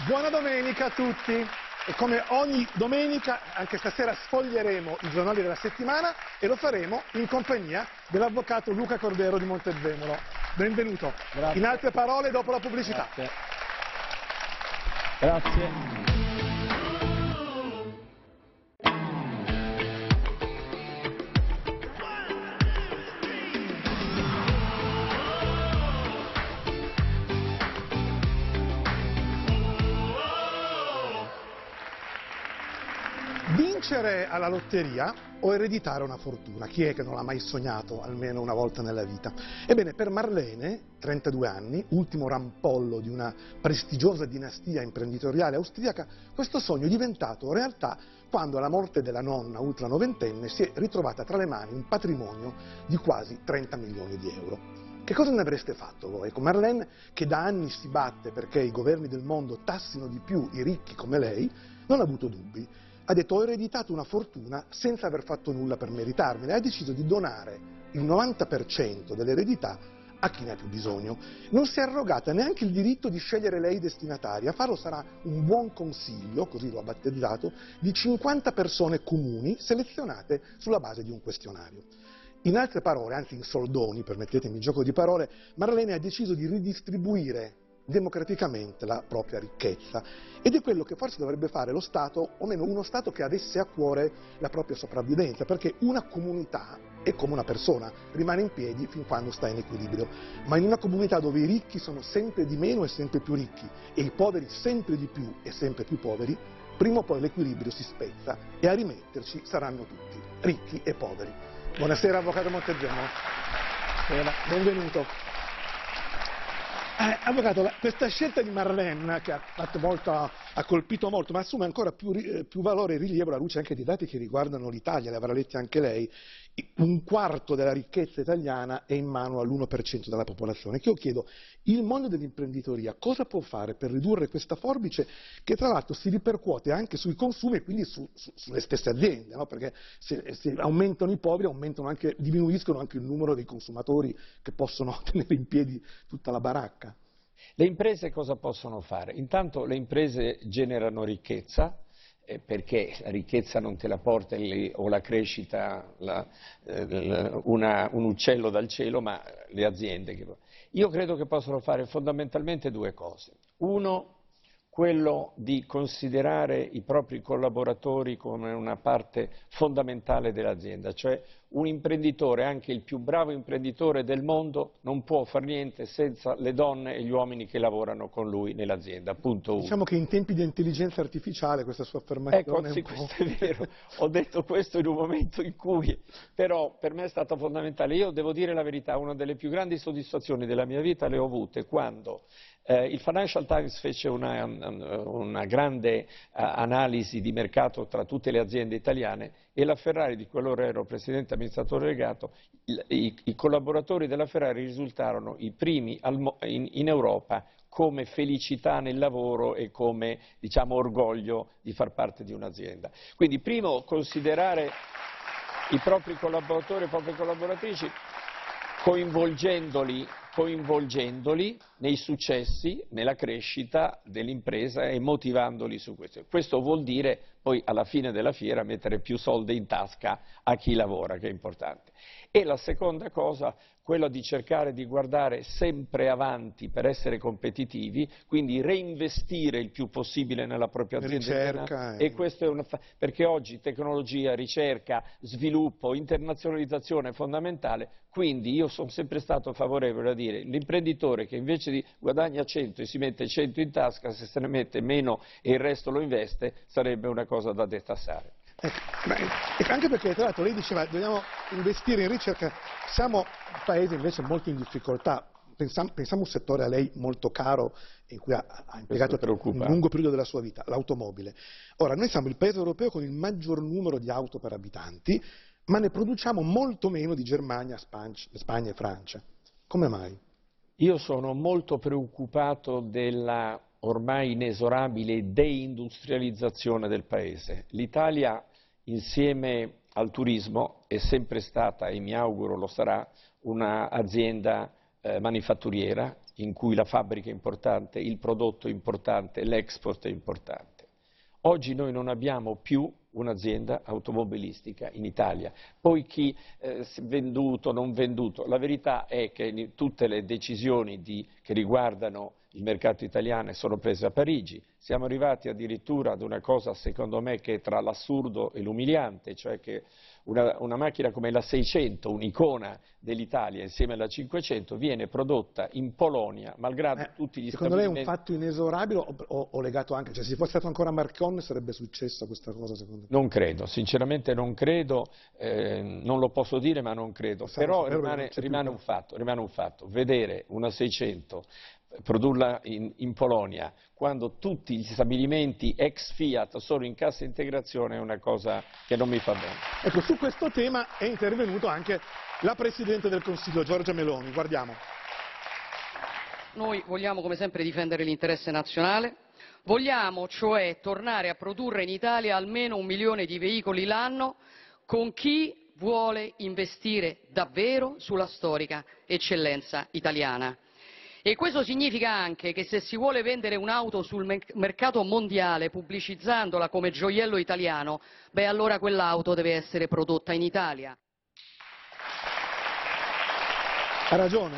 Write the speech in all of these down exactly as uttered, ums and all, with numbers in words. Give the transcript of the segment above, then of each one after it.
Buona domenica a tutti e come ogni domenica anche stasera sfoglieremo i giornali della settimana e lo faremo in compagnia dell'avvocato Luca Cordero di Montezemolo. Benvenuto. Grazie. In altre parole dopo la pubblicità. Grazie. Grazie. Vincere alla lotteria o ereditare una fortuna? Chi è che non l'ha mai sognato almeno una volta nella vita? Ebbene, per Marlene, trentadue anni, ultimo rampollo di una prestigiosa dinastia imprenditoriale austriaca, questo sogno è diventato realtà quando alla morte della nonna ultra novantenne si è ritrovata tra le mani un patrimonio di quasi trenta milioni di euro. Che cosa ne avreste fatto voi? Con Marlene, che da anni si batte perché i governi del mondo tassino di più i ricchi come lei, non ha avuto dubbi. Ha detto: ho ereditato una fortuna senza aver fatto nulla per meritarmela, e ha deciso di donare il novanta per cento dell'eredità a chi ne ha più bisogno. Non si è arrogata neanche il diritto di scegliere lei destinataria. A farlo sarà un buon consiglio, così lo ha battezzato, di cinquanta persone comuni selezionate sulla base di un questionario. In altre parole, anzi in soldoni, permettetemi il gioco di parole, Marlene ha deciso di ridistribuire democraticamente la propria ricchezza, ed è quello che forse dovrebbe fare lo Stato, o meno uno Stato che avesse a cuore la propria sopravvivenza, perché una comunità è come una persona, rimane in piedi fin quando sta in equilibrio, ma in una comunità dove i ricchi sono sempre di meno e sempre più ricchi e i poveri sempre di più e sempre più poveri, prima o poi l'equilibrio si spezza e a rimetterci saranno tutti, ricchi e poveri. Buonasera avvocato Montezemolo. Benvenuto. Eh, avvocato, la, questa scelta di Marlene, che ha, fatto molto, ha colpito molto, ma assume ancora più, più valore e rilievo alla luce anche di dati che riguardano l'Italia, le avrà letti anche lei. Un quarto della ricchezza italiana è in mano all'uno per cento della popolazione. Che io chiedo, il mondo dell'imprenditoria cosa può fare per ridurre questa forbice che tra l'altro si ripercuote anche sui consumi e quindi su, su, sulle stesse aziende, no? Perché se, se aumentano i poveri aumentano anche, diminuiscono anche il numero dei consumatori che possono tenere in piedi tutta la baracca. Le imprese cosa possono fare? Intanto le imprese generano ricchezza, eh, perché la ricchezza non te la porta le, o la crescita la, eh, una, un uccello dal cielo, ma le aziende. Che... Io credo che possono fare fondamentalmente due cose. Uno, quello di considerare i propri collaboratori come una parte fondamentale dell'azienda, cioè un imprenditore, anche il più bravo imprenditore del mondo, non può far niente senza le donne e gli uomini che lavorano con lui nell'azienda, punto uno. Diciamo che in tempi di intelligenza artificiale questa sua affermazione ecco, è sì, un po'... questo è vero, ho detto questo in un momento in cui, però per me è stato fondamentale. Io devo dire la verità, una delle più grandi soddisfazioni della mia vita le ho avute quando eh, il Financial Times fece una, una grande uh, analisi di mercato tra tutte le aziende italiane, e la Ferrari, di cui allora ero presidente amministratore delegato, i, i, i collaboratori della Ferrari risultarono i primi al, in, in Europa come felicità nel lavoro e come, diciamo, orgoglio di far parte di un'azienda. Quindi primo, considerare i propri collaboratori e le proprie collaboratrici, coinvolgendoli, coinvolgendoli nei successi, nella crescita dell'impresa e motivandoli su questo. Questo vuol dire poi alla fine della fiera mettere più soldi in tasca a chi lavora, che è importante. E la seconda cosa, quella di cercare di guardare sempre avanti per essere competitivi, quindi reinvestire il più possibile nella propria azienda. Ricerca, e questo è una, perché oggi tecnologia, ricerca, sviluppo, internazionalizzazione è fondamentale, quindi io sono sempre stato favorevole a dire l'imprenditore che invece di guadagna cento e si mette cento in tasca, se se ne mette meno e il resto lo investe, sarebbe una cosa da detassare. Ecco, ma, anche perché tra l'altro lei diceva dobbiamo investire in ricerca, siamo un paese invece molto in difficoltà, pensiamo, pensiamo a un settore a lei molto caro in cui ha, ha impiegato un lungo periodo della sua vita, l'automobile. Ora, noi siamo il paese europeo con il maggior numero di auto per abitanti, ma ne produciamo molto meno di Germania, Spagna e Francia. Come mai? Io sono molto preoccupato della ormai inesorabile deindustrializzazione del paese. L'Italia, insieme al turismo, è sempre stata, e mi auguro lo sarà, un'azienda eh, manifatturiera. in cui la fabbrica è importante, il prodotto è importante, l'export è importante. Oggi noi non abbiamo più un'azienda automobilistica in Italia, poi chi eh, venduto, non venduto, la verità è che tutte le decisioni di, che riguardano il mercato italiano sono prese a Parigi, siamo arrivati addirittura ad una cosa secondo me che è tra l'assurdo e l'umiliante, cioè che una, una macchina come la seicento, un'icona dell'Italia insieme alla cinquecento, viene prodotta in Polonia, malgrado eh, tutti gli secondo stabilimenti... lei è un fatto inesorabile o, o, o legato anche, cioè se fosse stato ancora Marchionne sarebbe successa questa cosa secondo me? Non credo, sinceramente non credo, eh, non lo posso dire ma non credo, Possiamo però saperlo, rimane, non rimane, un fatto, rimane un fatto, vedere una seicento produrla in, in Polonia quando tutti gli stabilimenti ex Fiat sono in cassa integrazione è una cosa che non mi fa bene. Ecco, su questo tema è intervenuto anche la Presidente del Consiglio, Giorgia Meloni, guardiamo. Noi vogliamo come sempre difendere l'interesse nazionale, vogliamo cioè tornare a produrre in Italia almeno un milione di veicoli l'anno con chi vuole investire davvero sulla storica eccellenza italiana. E questo significa anche che se si vuole vendere un'auto sul mercato mondiale pubblicizzandola come gioiello italiano, beh allora quell'auto deve essere prodotta in Italia. Ha ragione?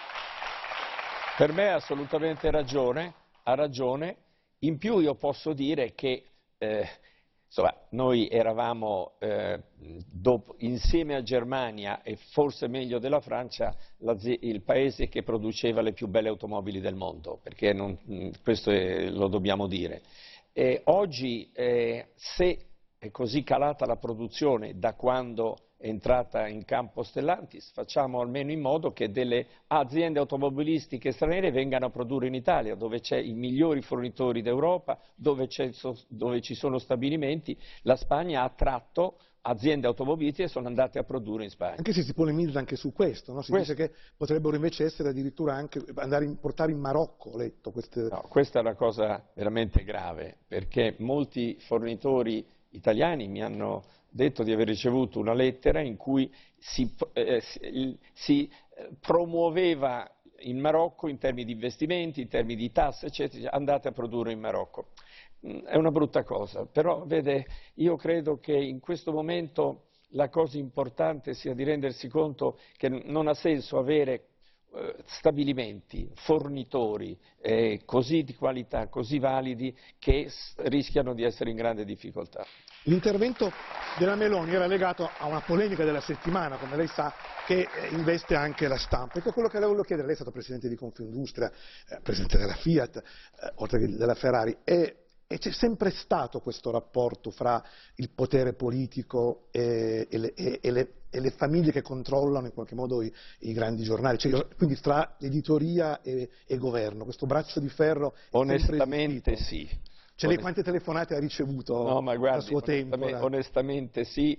Per me ha assolutamente ragione, ha ragione, in più io posso dire che eh, insomma, noi eravamo eh, dopo, insieme a Germania e forse meglio della Francia il paese che produceva le più belle automobili del mondo, perché non, questo è, lo dobbiamo dire. E oggi eh, se è così calata la produzione da quando è entrata in campo Stellantis, facciamo almeno in modo che delle aziende automobilistiche straniere vengano a produrre in Italia, dove c'è i migliori fornitori d'Europa, dove, dove ci sono stabilimenti. La Spagna ha attratto aziende automobilistiche e sono andate a produrre in Spagna. Anche se si polemizza anche su questo, no? Si questo. dice che potrebbero invece essere addirittura anche andare a importare in Marocco, ho letto queste... No, questa è una cosa veramente grave, perché molti fornitori italiani mi hanno detto di aver ricevuto una lettera in cui si, eh, si, si promuoveva il Marocco in termini di investimenti, in termini di tasse, eccetera, andate a produrre in Marocco. È una brutta cosa, però vede, io credo che in questo momento la cosa importante sia di rendersi conto che non ha senso avere eh, stabilimenti, fornitori eh, così di qualità, così validi, che rischiano di essere in grande difficoltà. L'intervento della Meloni era legato a una polemica della settimana, come lei sa, che investe anche la stampa. Ecco, quello che le volevo chiedere, lei è stato presidente di Confindustria, eh, presidente della Fiat, eh, oltre che della Ferrari, e, e c'è sempre stato questo rapporto fra il potere politico e, e, le, e, e, le, e le famiglie che controllano in qualche modo i, i grandi giornali, cioè, quindi tra editoria e, e governo, questo braccio di ferro è onestamente sì. Cioè lei quante telefonate ha ricevuto no, ma guardi, a suo tempo? Onestamente, onestamente sì.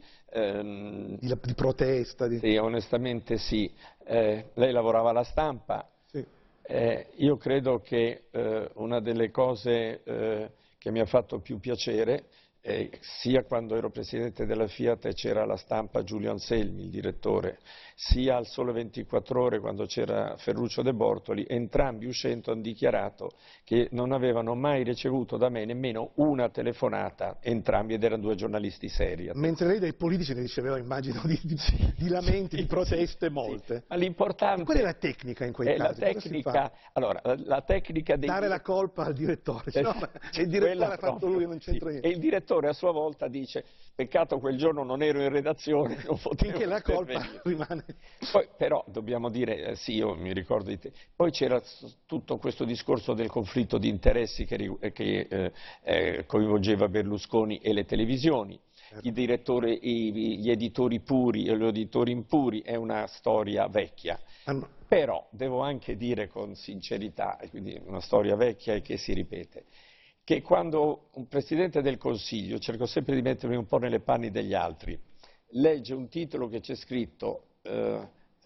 Ehm, di, di protesta? Di... Sì, onestamente sì. Eh, lei lavorava alla stampa. Sì. Eh, io credo che eh, una delle cose eh, che mi ha fatto più piacere, eh, sia quando ero presidente della Fiat e c'era alla stampa Giulio Anselmi, il direttore, sia al Sole ventiquattro Ore quando c'era Ferruccio De Bortoli, entrambi uscendo hanno dichiarato che non avevano mai ricevuto da me nemmeno una telefonata, entrambi, ed erano due giornalisti seri. Mentre lei dai politici ne riceveva, immagino, di, di, di lamenti, sì, di proteste sì, molte. Sì. Ma l'importante... Qual è la tecnica in quei è casi? La tecnica, allora, la, la tecnica dei... Dare la colpa al direttore. Eh, no, il direttore ha fatto lui, non c'entra sì. niente. E il direttore a sua volta dice, peccato quel giorno non ero in redazione, non potevo Finché la colpa rimane... Poi, però dobbiamo dire, eh, sì, io mi ricordo di te, poi c'era tutto questo discorso del conflitto di interessi che, che eh, eh, coinvolgeva Berlusconi e le televisioni, certo. I direttori, i, gli editori puri e gli editori impuri è una storia vecchia, ah, no. Però devo anche dire con sincerità, quindi una storia vecchia e che si ripete, che quando un Presidente del Consiglio, cerco sempre di mettermi un po' nelle panni degli altri, legge un titolo che c'è scritto eh,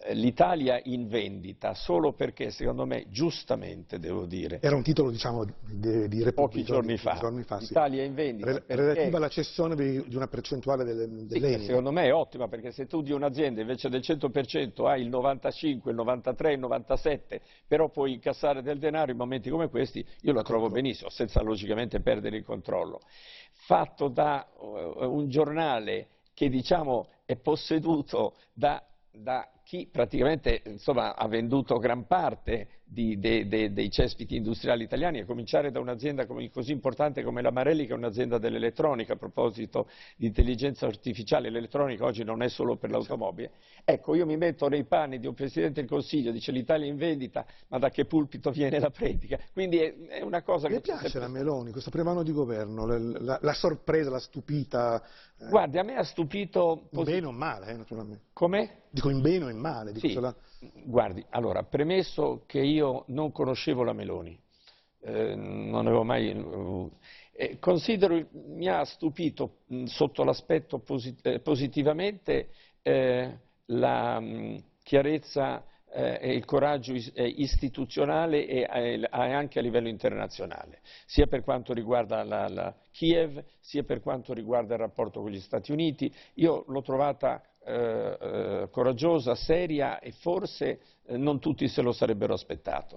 l'Italia in vendita solo perché, secondo me, giustamente devo dire, era un titolo, diciamo, di, di Repubblica, pochi giorni di, fa, giorni fa sì. l'Italia in vendita Re, perché, relativa alla cessione di, di una percentuale delle, dell'Eni. Sì, secondo me è ottima, perché se tu di un'azienda invece del cento per cento hai il novantacinque, il novantatré, il novantasette, però puoi incassare del denaro in momenti come questi, io la trovo benissimo, senza logicamente perdere il controllo. Fatto da uh, un giornale che, diciamo, è posseduto da, da chi praticamente, insomma, ha venduto gran parte di, de, de, dei cespiti industriali italiani, a cominciare da un'azienda così importante come la Marelli, che è un'azienda dell'elettronica. A proposito di intelligenza artificiale, l'elettronica oggi non è solo per l'automobile. Ecco, io mi metto nei panni di un Presidente del Consiglio, dice l'Italia in vendita, ma da che pulpito viene la predica? Quindi è, è una cosa che... Mi che... piace sempre... la Meloni, questo primo anno di governo, la, la, la sorpresa, la stupita... Eh... Guardi, a me ha stupito... In bene o male, eh, naturalmente. Come? Dico in bene o in male. Dico sì, la... guardi, allora, premesso che io non conoscevo la Meloni, eh, non avevo mai... Eh, considero, mi ha stupito mh, sotto l'aspetto posit eh, positivamente eh, la mh, chiarezza eh, e il coraggio is eh, istituzionale e eh, anche a livello internazionale, sia per quanto riguarda la, la Kiev, sia per quanto riguarda il rapporto con gli Stati Uniti. Io l'ho trovata eh, eh, coraggiosa, seria, e forse eh, non tutti se lo sarebbero aspettato.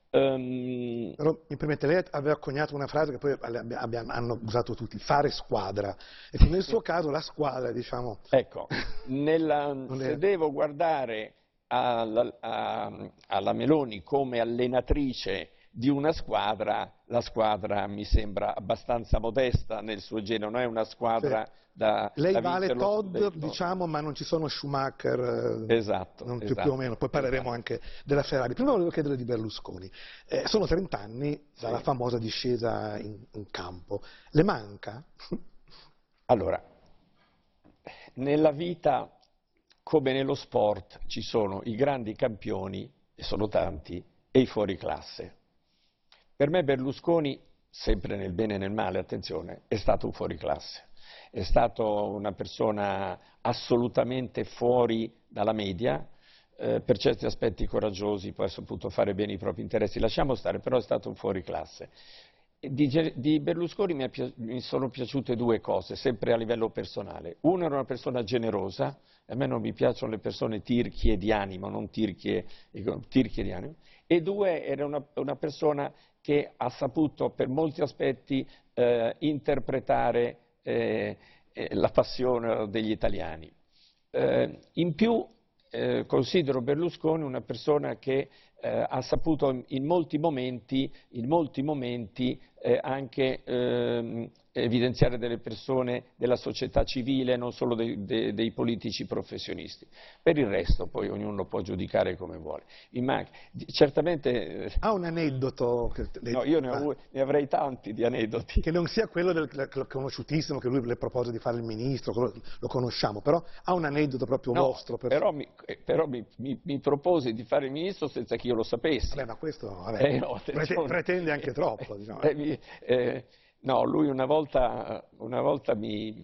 Um... Però mi permette, lei aveva coniato una frase che poi abbiamo, hanno usato tutti, fare squadra, e nel suo caso la squadra, diciamo... Ecco, nella, se devo guardare alla, a, alla Meloni come allenatrice di una squadra, la squadra mi sembra abbastanza modesta nel suo genere, non è una squadra sì. da Lei da vale Todd, diciamo, ma non ci sono Schumacher, esatto, non più, esatto, più o meno, poi parleremo esatto. anche della Ferrari. Prima volevo chiedere di Berlusconi, eh, sono trent'anni dalla sì. famosa discesa in, in campo, le manca? Allora, nella vita come nello sport ci sono i grandi campioni, e sono tanti, e i fuoriclasse. Per me Berlusconi, sempre nel bene e nel male, attenzione, è stato un fuoriclasse. È stato una persona assolutamente fuori dalla media, eh, per certi aspetti coraggiosi, poi ha saputo fare bene i propri interessi, lasciamo stare, però è stato un fuoriclasse. Di, di Berlusconi mi, è, mi sono piaciute due cose, sempre a livello personale. Uno, era una persona generosa, a me non mi piacciono le persone tirchie di animo, non tirchie, tirchie di animo, e due, era una, una persona che ha saputo per molti aspetti eh, interpretare eh, eh, la passione degli italiani. Eh, in più eh, considero Berlusconi una persona che eh, ha saputo in molti momenti, in molti momenti eh, anche eh, evidenziare delle persone della società civile, non solo dei, dei, dei politici professionisti. Per il resto poi ognuno può giudicare come vuole. Ma, certamente... Ha un aneddoto? Che le... No, io ne, ho, ne avrei tanti di aneddoti. Che non sia quello del, del conosciutissimo, che lui le propose di fare il ministro, lo, lo conosciamo, però ha un aneddoto proprio no, vostro? Per... Però, mi, però mi, mi, mi propose di fare il ministro senza che io lo sapessi. Vabbè, ma questo vabbè, eh, no, pretende, pretende anche troppo. Diciamo. Eh, mi, eh, No, lui una volta, una volta mi,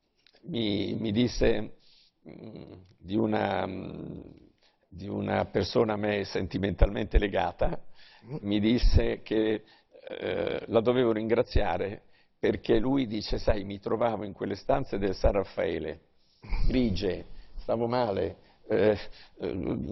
mi, mi disse mh, di, una, mh, di una persona a me sentimentalmente legata, mi disse che eh, la dovevo ringraziare perché lui dice, sai, mi trovavo in quelle stanze del San Raffaele, grigie, stavo male, eh, eh,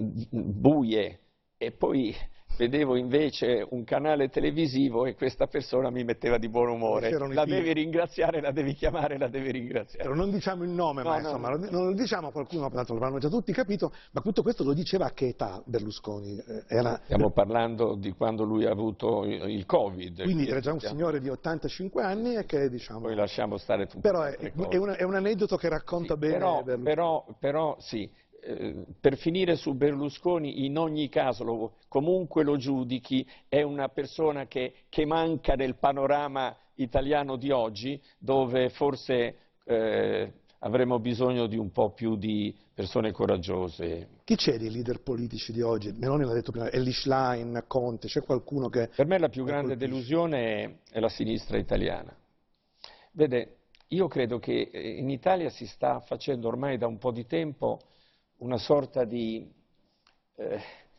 buie, e poi... vedevo invece un canale televisivo e questa persona mi metteva di buon umore. La devi ringraziare, la devi chiamare, la devi ringraziare. Però non diciamo il nome, no, ma no, insomma, no. non lo diciamo a qualcuno, tanto l'avranno già tutti capito, ma tutto questo lo diceva a che età Berlusconi? Era... Stiamo parlando di quando lui ha avuto il Covid. Quindi era già un signore di ottantacinque anni e che diciamo... Poi lasciamo stare tutto. Però è, è, una, è un aneddoto che racconta sì, bene però, Berlusconi. Però, però sì. Per finire su Berlusconi, in ogni caso, lo, comunque lo giudichi, è una persona che, che manca nel panorama italiano di oggi, dove forse eh, avremo bisogno di un po' più di persone coraggiose. Chi c'è dei leader politici di oggi? Meloni l'ha detto prima, Elly Schlein, Conte, c'è qualcuno che... Per me la più grande delusione è, è la sinistra italiana. Vede, io credo che in Italia si sta facendo ormai da un po' di tempo una sorta di eh,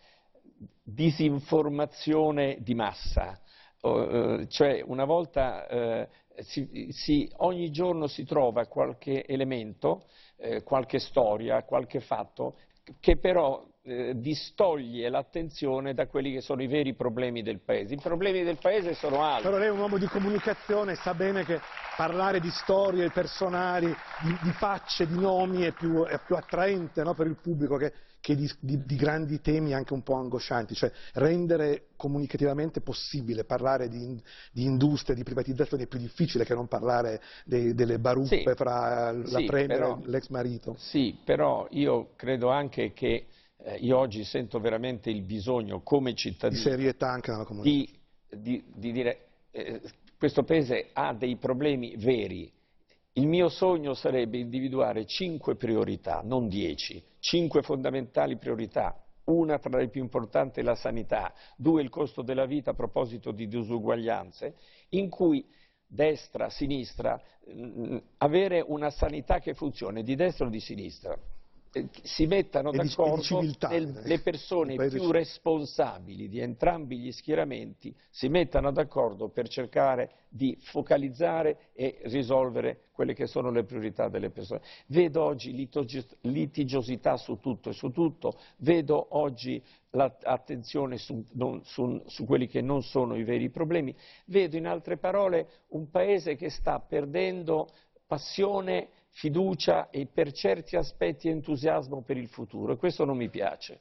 disinformazione di massa. Uh, cioè una volta uh, si, si, ogni giorno si trova qualche elemento, eh, qualche storia, qualche fatto che però eh, distoglie l'attenzione da quelli che sono i veri problemi del Paese. I problemi del Paese sono altri. Però lei è un uomo di comunicazione, sa bene che parlare di storie personali, di, di facce, di nomi è più, è più attraente, no, per il pubblico che, che di, di, di grandi temi anche un po' angoscianti, cioè rendere comunicativamente possibile parlare di, di industria, di privatizzazione è più difficile che non parlare dei, delle baruppe sì, fra la sì, Premier però, e l'ex marito. Sì, però io credo anche che eh, io oggi sento veramente il bisogno come cittadino di serietà anche nella comunità. Di, di, di dire eh, questo Paese ha dei problemi veri. Il mio sogno sarebbe individuare cinque priorità, non dieci, cinque fondamentali priorità. Una tra le più importanti è la sanità, due il costo della vita a proposito di disuguaglianze, in cui destra, sinistra, mh, avere una sanità che funzioni di destra o di sinistra. Si mettano d'accordo le persone più responsabili di entrambi gli schieramenti, si mettano d'accordo per cercare di focalizzare e risolvere quelle che sono le priorità delle persone. Vedo oggi litigiosità su tutto e su tutto, vedo oggi l'attenzione su, su, su quelli che non sono i veri problemi, vedo in altre parole un Paese che sta perdendo passione, fiducia e per certi aspetti entusiasmo per il futuro, e questo non mi piace.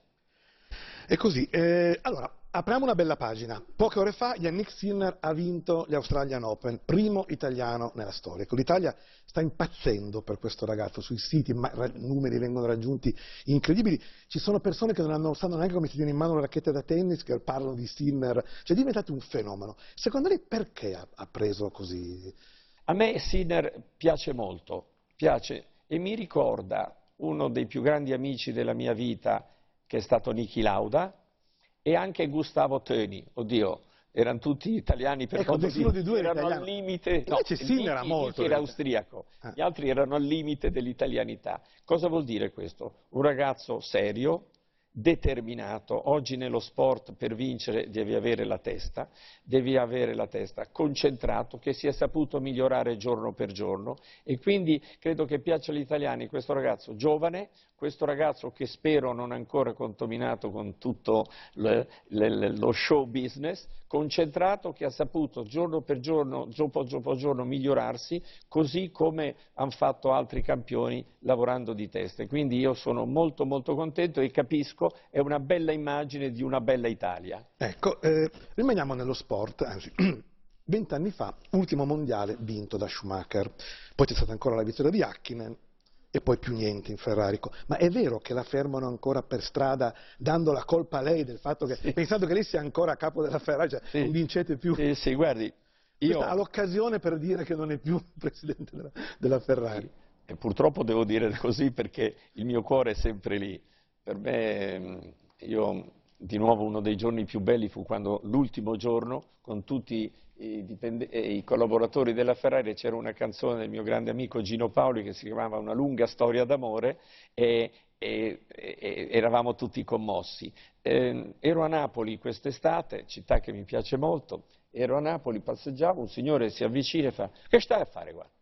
E così, eh, allora, apriamo una bella pagina. Poche ore fa Jannik Sinner ha vinto gli Australian Open, primo italiano nella storia. L'Italia sta impazzendo per questo ragazzo, sui siti ma, numeri vengono raggiunti incredibili. Ci sono persone che non sanno neanche come si tiene in mano una racchetta da tennis, che parlano di Sinner, cioè è diventato un fenomeno. Secondo lei perché ha, ha preso così? A me Sinner piace molto. Piace e mi ricorda uno dei più grandi amici della mia vita, che è stato Niki Lauda, e anche Gustavo Töni. Oddio, erano tutti italiani per ecco, modo nessuno di dei due erano italiano. al limite. No, invece Sinner era molto. Niki era austriaco, ah. Gli altri erano al limite dell'italianità. Cosa vuol dire questo? Un ragazzo serio, determinato. Oggi nello sport per vincere devi avere la testa, devi avere la testa, concentrato, che si è saputo migliorare giorno per giorno, e quindi credo che piaccia agli italiani questo ragazzo giovane, questo ragazzo che spero non è ancora contaminato con tutto le, le, lo show business, concentrato, che ha saputo giorno per giorno, giorno dopo giorno migliorarsi, così come hanno fatto altri campioni lavorando di testa. Quindi io sono molto molto contento e capisco, è una bella immagine di una bella Italia. Ecco, eh, rimaniamo nello sport, anzi, vent'anni fa, ultimo mondiale vinto da Schumacher, poi c'è stata ancora la vittoria di Häkkinen, e poi più niente in Ferrari. Ma è vero che la fermano ancora per strada dando la colpa a lei del fatto che, sì. pensando che lei sia ancora a capo della Ferrari, cioè sì. non vincete più? Sì, sì, guardi, io... ha l'occasione per dire che non è più presidente della, della Ferrari. Sì. E purtroppo devo dire così perché il mio cuore è sempre lì. Per me, io, di nuovo, uno dei giorni più belli fu quando l'ultimo giorno, con tutti I, i collaboratori della Ferrari, c'era una canzone del mio grande amico Gino Paoli che si chiamava Una lunga storia d'amore, e, e, e eravamo tutti commossi. Eh, ero a Napoli quest'estate, città che mi piace molto, ero a Napoli, passeggiavo, un signore si avvicina e fa: che stai a fare qua?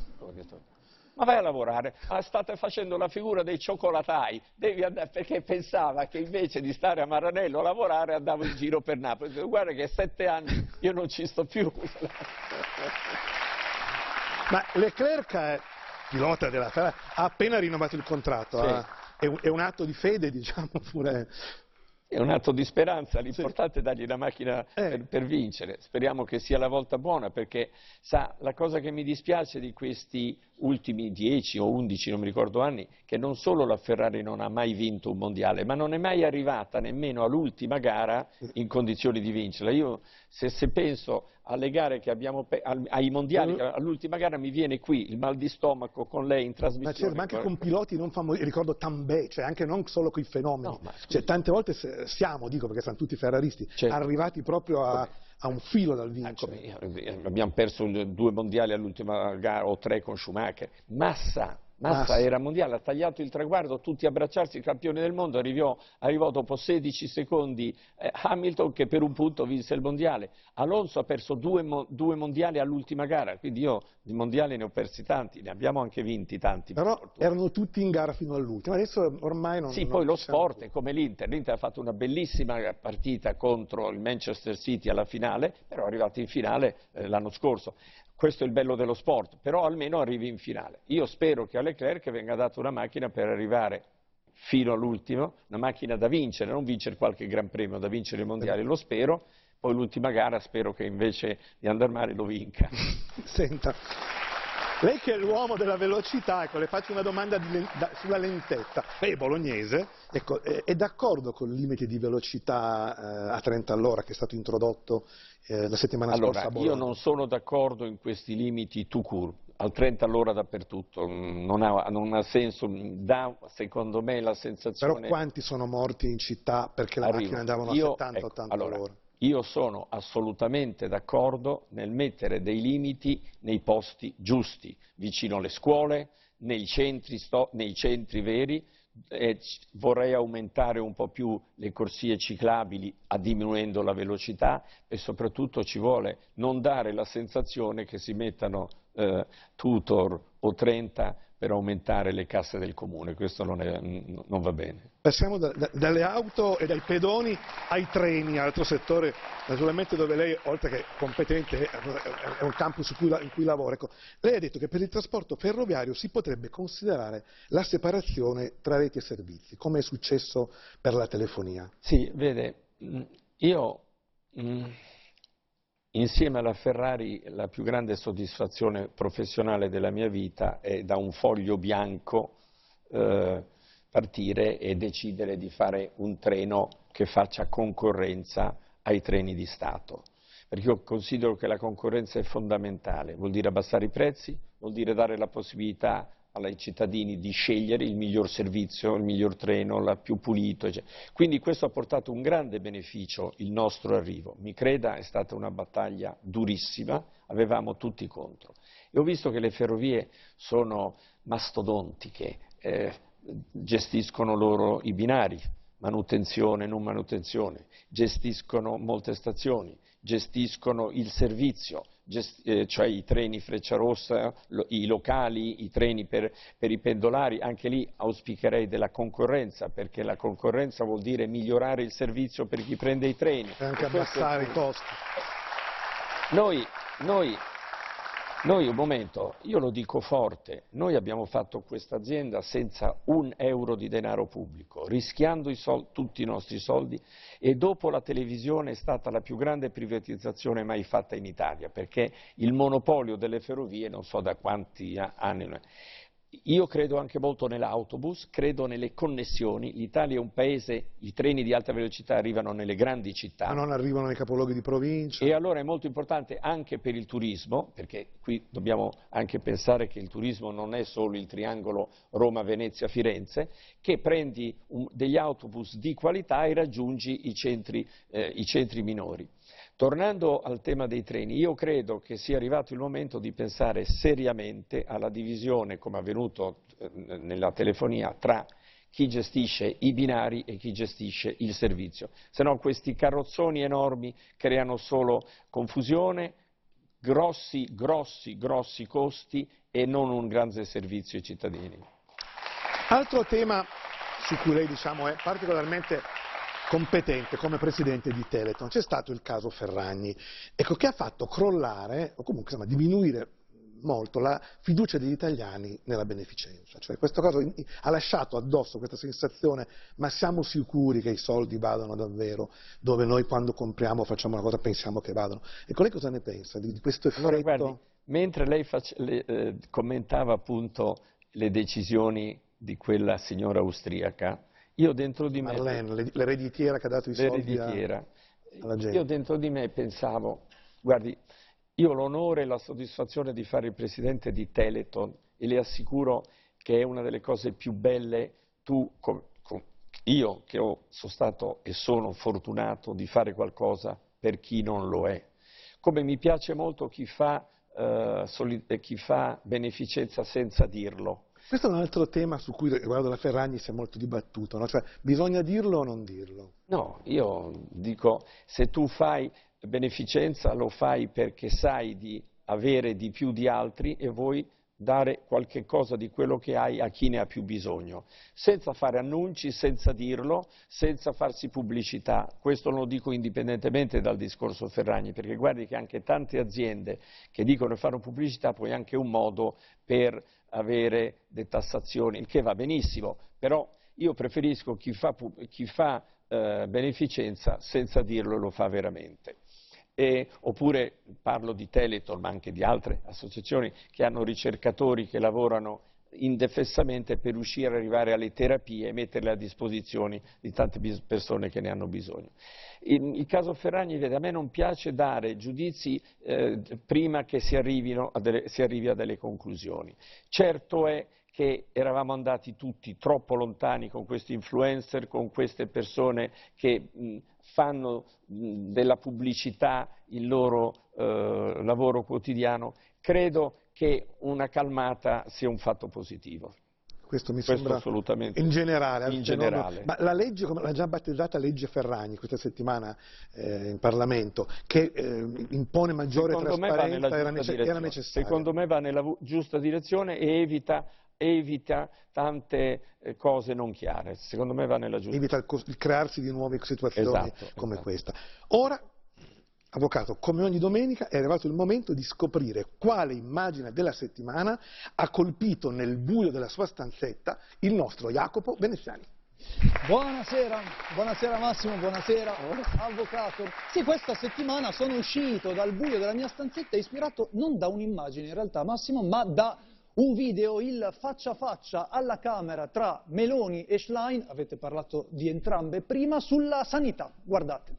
Ma vai a lavorare. Ah, state facendo la figura dei cioccolatai, devi andare, perché pensava che invece di stare a Maranello a lavorare andavo in giro per Napoli. Guarda che sette anni io non ci sto più. Ma Leclerc è pilota della Ferrari, ha appena rinnovato il contratto, sì. ha, è, un, è un atto di fede, diciamo, pure. È un atto di speranza, l'importante sì. è dargli la macchina eh. per, per vincere. Speriamo che sia la volta buona, perché sa, la cosa che mi dispiace di questi ultimi dieci o undici, non mi ricordo anni, che non solo la Ferrari non ha mai vinto un mondiale, ma non è mai arrivata nemmeno all'ultima gara in condizioni di vincerla. Io se, se penso alle gare che abbiamo, ai mondiali, uh. all'ultima gara mi viene qui il mal di stomaco con lei in trasmissione. Ma, certo, ma anche con piloti non famosi, ricordo Tambay, cioè anche non solo con i fenomeni, no, cioè, tante volte siamo, dico perché sono tutti ferraristi, certo. arrivati proprio a, a un filo dal vincere. Abbiamo perso due mondiali all'ultima gara o tre con Schumacher. Massa, Massa, Massa era mondiale, ha tagliato il traguardo, tutti a abbracciarsi, campione del mondo, arrivò, arrivò dopo sedici secondi eh, Hamilton che per un punto vinse il mondiale. Alonso ha perso due, mo due mondiali all'ultima gara, quindi io di mondiali ne ho persi tanti, ne abbiamo anche vinti tanti. Però erano tutti in gara fino all'ultimo, adesso ormai non... Sì, non poi lo sport più. è come l'Inter, l'Inter ha fatto una bellissima partita contro il Manchester City alla finale, però è arrivato in finale eh, l'anno scorso. Questo è il bello dello sport, però almeno arrivi in finale. Io spero che a Leclerc venga data una macchina per arrivare fino all'ultimo, una macchina da vincere, non vincere qualche gran premio, da vincere i mondiali, lo spero, poi l'ultima gara spero che invece di andare male lo vinca. Senta, lei che è l'uomo della velocità, ecco, le faccio una domanda di, da, sulla lentezza. Lei è bolognese, ecco, è, è d'accordo con il limite di velocità eh, a trenta all'ora che è stato introdotto eh, la settimana allora, scorsa a Bologna? Io non sono d'accordo in questi limiti tout court, al trenta all'ora dappertutto, non ha, non ha senso, dà secondo me la sensazione... Però quanti sono morti in città perché le macchine andavano a settanta ottanta ecco, allora, all'ora? Io sono assolutamente d'accordo nel mettere dei limiti nei posti giusti, vicino alle scuole, nei centri, sto, nei centri veri, eh, vorrei aumentare un po' più le corsie ciclabili a diminuendo la velocità e soprattutto ci vuole non dare la sensazione che si mettano eh, tutor o trenta per aumentare le casse del comune, questo non, è, non va bene. Passiamo da, da, dalle auto e dai pedoni ai treni, altro settore naturalmente dove lei, oltre che competente, è un campo su cui, in cui lavora. Ecco, lei ha detto che per il trasporto ferroviario si potrebbe considerare la separazione tra reti e servizi, come è successo per la telefonia. Sì, vede, io mh, insieme alla Ferrari la più grande soddisfazione professionale della mia vita è da un foglio bianco eh, partire e decidere di fare un treno che faccia concorrenza ai treni di Stato. Perché io considero che la concorrenza è fondamentale, vuol dire abbassare i prezzi, vuol dire dare la possibilità ai cittadini di scegliere il miglior servizio, il miglior treno, il più pulito, eccetera. Quindi questo ha portato un grande beneficio, il nostro arrivo. Mi creda, è stata una battaglia durissima, avevamo tutti contro. E ho visto che le ferrovie sono mastodontiche, eh, gestiscono loro i binari, manutenzione, non manutenzione, gestiscono molte stazioni, gestiscono il servizio, gest eh, cioè i treni Frecciarossa, lo, i locali, i treni per, per i pendolari, anche lì auspicherei della concorrenza, perché la concorrenza vuol dire migliorare il servizio per chi prende i treni. E anche abbassare i costi. Noi, noi, noi, un momento, io lo dico forte, noi abbiamo fatto questa azienda senza un euro di denaro pubblico, rischiando i soldi, tutti i nostri soldi, e dopo la televisione è stata la più grande privatizzazione mai fatta in Italia, perché il monopolio delle ferrovie non so da quanti anni. Io credo anche molto nell'autobus, credo nelle connessioni, l'Italia è un paese, i treni di alta velocità arrivano nelle grandi città. Ma non arrivano nei capoluoghi di provincia. E allora è molto importante anche per il turismo, perché qui dobbiamo anche pensare che il turismo non è solo il triangolo Roma-Venezia-Firenze, che prendi un, degli autobus di qualità e raggiungi i centri, eh, i centri minori. Tornando al tema dei treni, io credo che sia arrivato il momento di pensare seriamente alla divisione, come è avvenuto nella telefonia, tra chi gestisce i binari e chi gestisce il servizio. Se no questi carrozzoni enormi creano solo confusione, grossi, grossi, grossi costi e non un grande servizio ai cittadini. Altro tema su cui lei, diciamo, è particolarmente competente come presidente di Teleton, c'è stato il caso Ferragni, ecco, che ha fatto crollare, o comunque insomma, diminuire molto la fiducia degli italiani nella beneficenza. Cioè, questo caso ha lasciato addosso questa sensazione, ma siamo sicuri che i soldi vadano davvero dove noi quando compriamo facciamo una cosa pensiamo che vadano. Ecco, lei cosa ne pensa di, di questo effetto? Allora, guardi, mentre lei face, le, eh, commentava appunto le decisioni di quella signora austriaca, io dentro di me... Marlene, l'ereditiera che ha dato i soldi a, alla gente. Io dentro di me pensavo, guardi, io ho l'onore e la soddisfazione di fare il presidente di Teleton e le assicuro che è una delle cose più belle, tu, com, com, io che ho, sono stato e sono fortunato di fare qualcosa per chi non lo è. Come mi piace molto chi fa, eh, chi fa beneficenza senza dirlo. Questo è un altro tema su cui riguardo la Ferragni si è molto dibattuto, no? Cioè, bisogna dirlo o non dirlo? No, io dico, se tu fai beneficenza lo fai perché sai di avere di più di altri e vuoi dare qualche cosa di quello che hai a chi ne ha più bisogno, senza fare annunci, senza dirlo, senza farsi pubblicità. Questo lo dico indipendentemente dal discorso Ferragni, perché guardi che anche tante aziende che dicono che fanno pubblicità poi è anche un modo per avere detassazioni, il che va benissimo, però io preferisco chi fa, chi fa eh, beneficenza senza dirlo lo fa veramente. E, oppure parlo di Teleton, ma anche di altre associazioni che hanno ricercatori che lavorano indefessamente per riuscire ad arrivare alle terapie e metterle a disposizione di tante persone che ne hanno bisogno. In, il caso Ferragni, vede, a me non piace dare giudizi eh, prima che si, arrivino a delle, si arrivi a delle conclusioni. Certo è che eravamo andati tutti troppo lontani con questi influencer, con queste persone che mh, fanno mh, della pubblicità il loro eh, lavoro quotidiano. Credo che una calmata sia un fatto positivo. Questo mi Questo sembra assolutamente. in generale. In generale. Ma la legge, come l'ha già battezzata legge Ferragni questa settimana eh, in Parlamento, che eh, impone maggiore Secondo trasparenza, me era, nece era necessaria. Secondo me va nella giusta direzione e evita, evita tante eh, cose non chiare. Secondo me va nella giusta Evita il, il crearsi di nuove situazioni esatto, come esatto. questa. Ora, avvocato, come ogni domenica è arrivato il momento di scoprire quale immagine della settimana ha colpito nel buio della sua stanzetta il nostro Jacopo Veneziani. Buonasera, buonasera Massimo, buonasera avvocato. Sì, questa settimana sono uscito dal buio della mia stanzetta ispirato non da un'immagine in realtà Massimo, ma da un video, il faccia a faccia alla Camera tra Meloni e Schlein, avete parlato di entrambe prima, sulla sanità, guardate.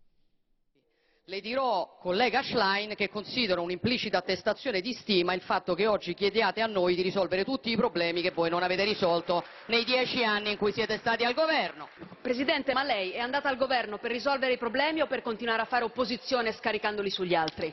Le dirò, collega Schlein, che considero un'implicita attestazione di stima il fatto che oggi chiediate a noi di risolvere tutti i problemi che voi non avete risolto nei dieci anni in cui siete stati al governo. Presidente, ma lei è andata al governo per risolvere i problemi o per continuare a fare opposizione scaricandoli sugli altri?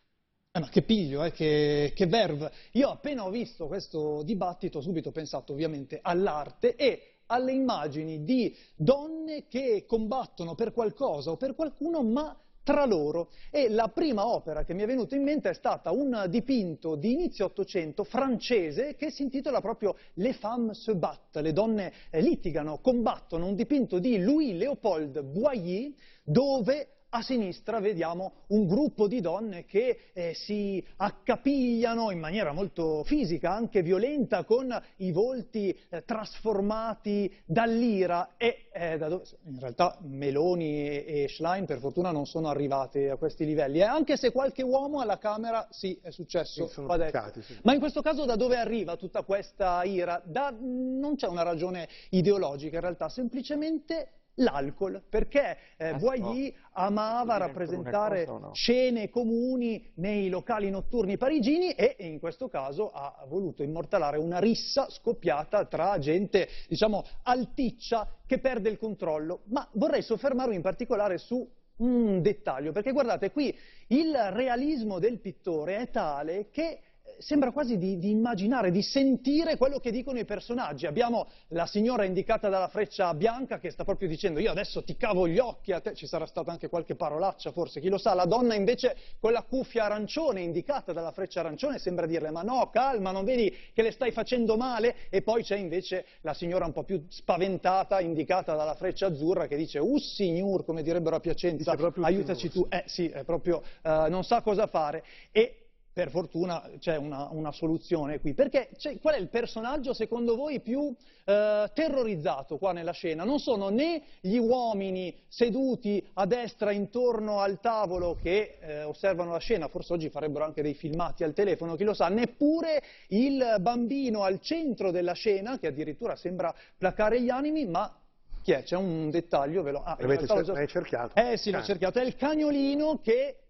Eh ma che piglio, eh, che, che verve. Io appena ho visto questo dibattito ho subito pensato ovviamente all'arte e alle immagini di donne che combattono per qualcosa o per qualcuno, ma tra loro. E la prima opera che mi è venuta in mente è stata un dipinto di inizio Ottocento francese che si intitola proprio Les femmes se battent, le donne eh, litigano, combattono, un dipinto di Louis-Léopold Boyer dove a sinistra vediamo un gruppo di donne che eh, si accapigliano in maniera molto fisica, anche violenta, con i volti eh, trasformati dall'ira e eh, da dove, in realtà Meloni e, e Schlein per fortuna non sono arrivate a questi livelli, eh, anche se qualche uomo alla Camera sì, è successo, sì, sono va detto. piccati, sì. Ma in questo caso da dove arriva tutta questa ira? Da, non c'è una ragione ideologica in realtà, semplicemente l'alcol, perché eh, ah, Boyer no. amava rappresentare no? scene comuni nei locali notturni parigini e in questo caso ha voluto immortalare una rissa scoppiata tra gente, diciamo, alticcia che perde il controllo. Ma vorrei soffermarmi in particolare su un dettaglio, perché guardate qui il realismo del pittore è tale che sembra quasi di, di immaginare, di sentire quello che dicono i personaggi. Abbiamo la signora indicata dalla freccia bianca che sta proprio dicendo io adesso ti cavo gli occhi a te, ci sarà stata anche qualche parolaccia forse, chi lo sa. La donna invece con la cuffia arancione indicata dalla freccia arancione sembra dirle ma no, calma, non vedi che le stai facendo male? E poi c'è invece la signora un po' più spaventata indicata dalla freccia azzurra che dice uh signor, come direbbero a Piacenza, aiutaci tu. Eh sì, è proprio, uh, non sa cosa fare. E per fortuna c'è una, una soluzione qui, perché qual è il personaggio secondo voi più eh, terrorizzato qua nella scena? Non sono né gli uomini seduti a destra intorno al tavolo che eh, osservano la scena, forse oggi farebbero anche dei filmati al telefono, chi lo sa, neppure il bambino al centro della scena, che addirittura sembra placare gli animi, ma chi è? C'è un dettaglio, ve lo... Ah, l'avete già... cercato? Eh sì, l'ho cercato, è il cagnolino che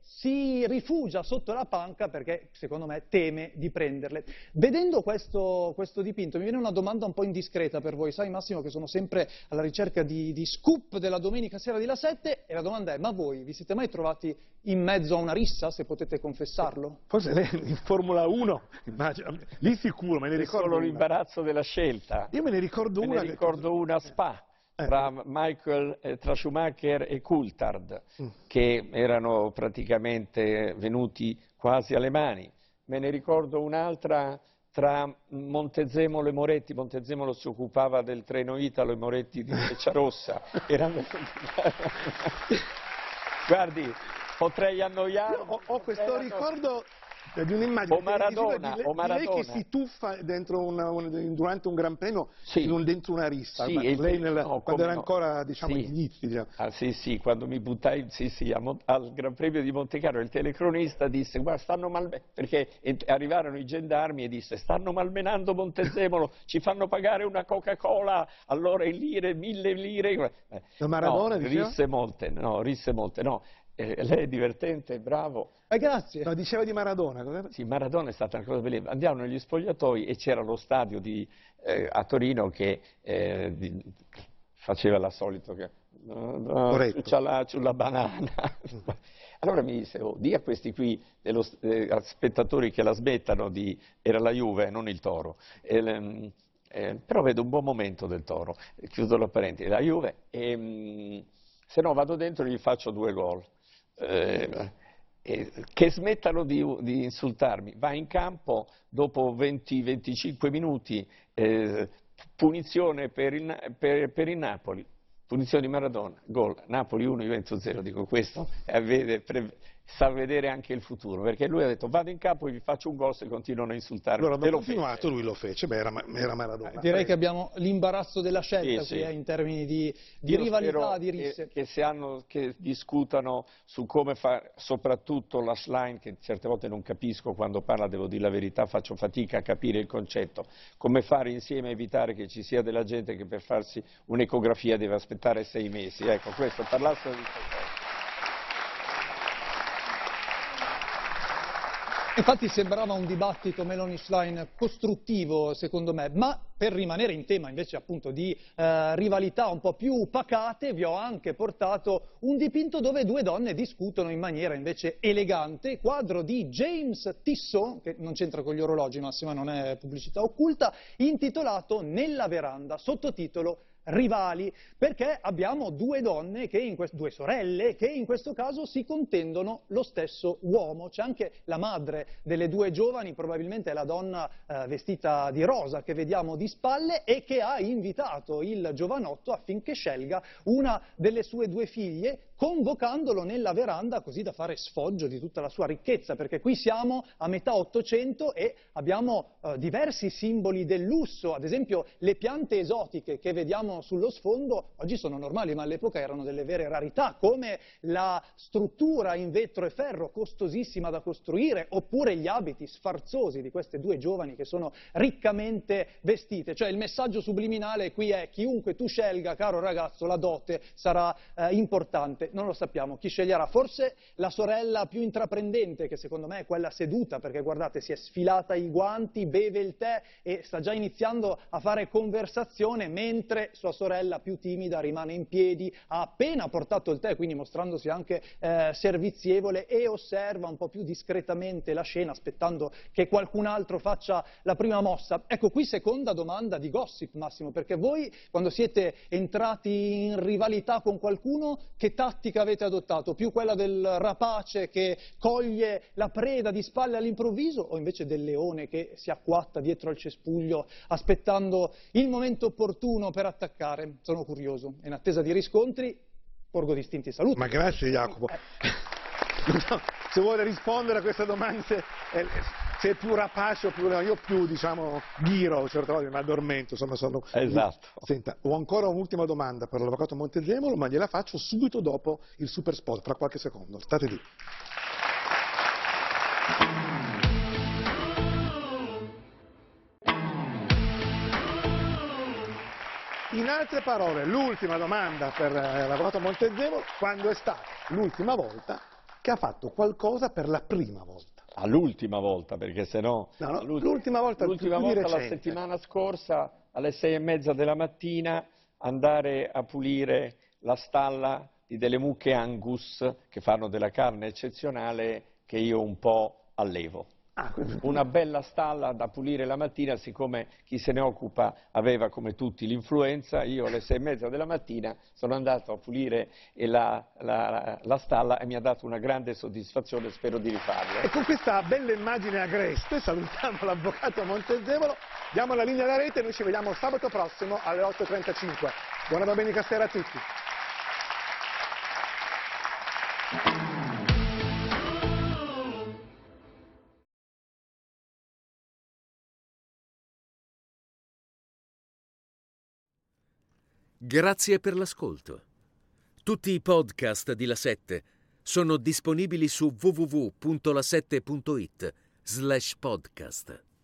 si rifugia sotto la panca perché, secondo me, teme di prenderle. Vedendo questo, questo dipinto, mi viene una domanda un po' indiscreta per voi. Sai, Massimo, che sono sempre alla ricerca di, di scoop della domenica sera di La sette, e la domanda è: ma voi vi siete mai trovati in mezzo a una rissa, se potete confessarlo? Forse lei in Formula uno, immagino, lì sicuro, me ne ricordo solo una. l'imbarazzo della scelta. Io me ne ricordo me una. Ne ricordo che... una a Spa. Eh. Tra Michael, eh, tra Schumacher e Coulthard, mm. che erano praticamente venuti quasi alle mani. Me ne ricordo un'altra tra Montezemolo e Moretti. Montezemolo si occupava del treno Italo e Moretti di Frecciarossa. Erano... Guardi, potrei annoiarmi. Ho, ho questo ricordo di un'immagine o Maradona, di, di, o Maradona. di lei che si tuffa dentro una, un, durante un Gran Premio, sì. in un, dentro una rissa, sì, lei nel, no, quando era no. ancora, diciamo, sì. agli inizi. Diciamo. Ah, sì, sì, quando mi buttai sì, sì, a, al Gran Premio di Montecarlo, il telecronista disse: guarda, stanno malmenando, perché arrivarono i gendarmi e disse: stanno malmenando Montezemolo, ci fanno pagare una Coca-Cola, allora in lire, mille lire. La Maradona, no, risse molte, no, risse molte, no. Eh, lei è divertente, bravo. Eh, grazie. No, diceva di Maradona. Sì, Maradona è stata una cosa bellissima. Andiamo negli spogliatoi e c'era lo stadio di, eh, a Torino che eh, di, faceva la solito che sulla, sulla banana. Allora mi disse: oh, di a questi qui, dello, eh, spettatori che la smettano di... Era la Juve, non il Toro. E, eh, però vedo un buon momento del Toro. Chiudo la parentesi. La Juve, e, mh, se no vado dentro e gli faccio due gol. Eh, eh, che smettano di, di insultarmi. Va in campo dopo venti venticinque minuti, eh, punizione per il, per, per il Napoli, punizione di Maradona, gol, Napoli uno, Juventus zero. Dico, questo è a vedere, pre, sa vedere anche il futuro, perché lui ha detto: vado in campo e vi faccio un gol se continuano a insultarmi. Allora, abbiamo continuato, lui lo fece, beh, era, era Maradona. Direi eh. che abbiamo l'imbarazzo della scelta sì, qui sì. Eh, in termini di, di rivalità, di risse. Che, che, si hanno, che discutano su come fare, soprattutto la Schlein, che certe volte non capisco quando parla, devo dire la verità, faccio fatica a capire il concetto, come fare insieme a evitare che ci sia della gente che per farsi un'ecografia deve aspettare sei mesi. Ecco, questo, parlassero di questo. Infatti sembrava un dibattito Meloni-Schlein costruttivo, secondo me, ma per rimanere in tema invece appunto di eh, rivalità un po' più pacate, vi ho anche portato un dipinto dove due donne discutono in maniera invece elegante, quadro di James Tissot, che non c'entra con gli orologi, Massima, non è pubblicità occulta, intitolato Nella veranda, sottotitolo Rivali, perché abbiamo due donne, che in due sorelle, che in questo caso si contendono lo stesso uomo. C'è anche la madre delle due giovani, probabilmente è la donna eh, vestita di rosa che vediamo di spalle, e che ha invitato il giovanotto affinché scelga una delle sue due figlie, convocandolo nella veranda così da fare sfoggio di tutta la sua ricchezza, perché qui siamo a metà Ottocento e abbiamo eh, diversi simboli del lusso, ad esempio le piante esotiche che vediamo sullo sfondo oggi sono normali, ma all'epoca erano delle vere rarità, come la struttura in vetro e ferro costosissima da costruire, oppure gli abiti sfarzosi di queste due giovani che sono riccamente vestite. Cioè il messaggio subliminale qui è: chiunque tu scelga, caro ragazzo, la dote sarà eh, importante. Non lo sappiamo chi sceglierà, forse la sorella più intraprendente, che secondo me è quella seduta, perché guardate, si è sfilata i guanti, beve il tè e sta già iniziando a fare conversazione, mentre sua sorella più timida rimane in piedi, ha appena portato il tè, quindi mostrandosi anche eh, servizievole, e osserva un po' più discretamente la scena, aspettando che qualcun altro faccia la prima mossa. Ecco, qui seconda domanda di gossip, Massimo, perché voi quando siete entrati in rivalità con qualcuno, che tattica avete adottato? Più quella del rapace che coglie la preda di spalle all'improvviso, o invece del leone che si acquatta dietro al cespuglio aspettando il momento opportuno per attaccare? Sono curioso, in attesa di riscontri porgo distinti saluti. Ma grazie Jacopo. Eh. Se vuole rispondere a queste domande, eh, se è più rapace o più... Io più, diciamo, ghiro, certe volte mi addormento, insomma sono... Esatto. Senta, ho ancora un'ultima domanda per l'avvocato Montezemolo, ma gliela faccio subito dopo il super spot, fra qualche secondo. State lì. In altre parole, l'ultima domanda per l'avvocato Montezemolo: quando è stata l'ultima volta che ha fatto qualcosa per la prima volta. All'ultima volta, perché se no... no, no l'ultima volta, l'ultima volta la settimana scorsa, alle sei e mezza della mattina, andare a pulire la stalla di delle mucche Angus, che fanno della carne eccezionale, che io un po' allevo. Ah, una bella stalla da pulire la mattina, siccome chi se ne occupa aveva come tutti l'influenza, io alle sei e mezza della mattina sono andato a pulire la, la, la stalla e mi ha dato una grande soddisfazione, spero di rifarlo. E con questa bella immagine agreste salutiamo l'avvocato Montezemolo, diamo la linea da rete e noi ci vediamo sabato prossimo alle otto e trentacinque. Buona domenica sera a tutti. Grazie per l'ascolto. Tutti i podcast di La Sette sono disponibili su w w w punto la sette punto it slash podcast.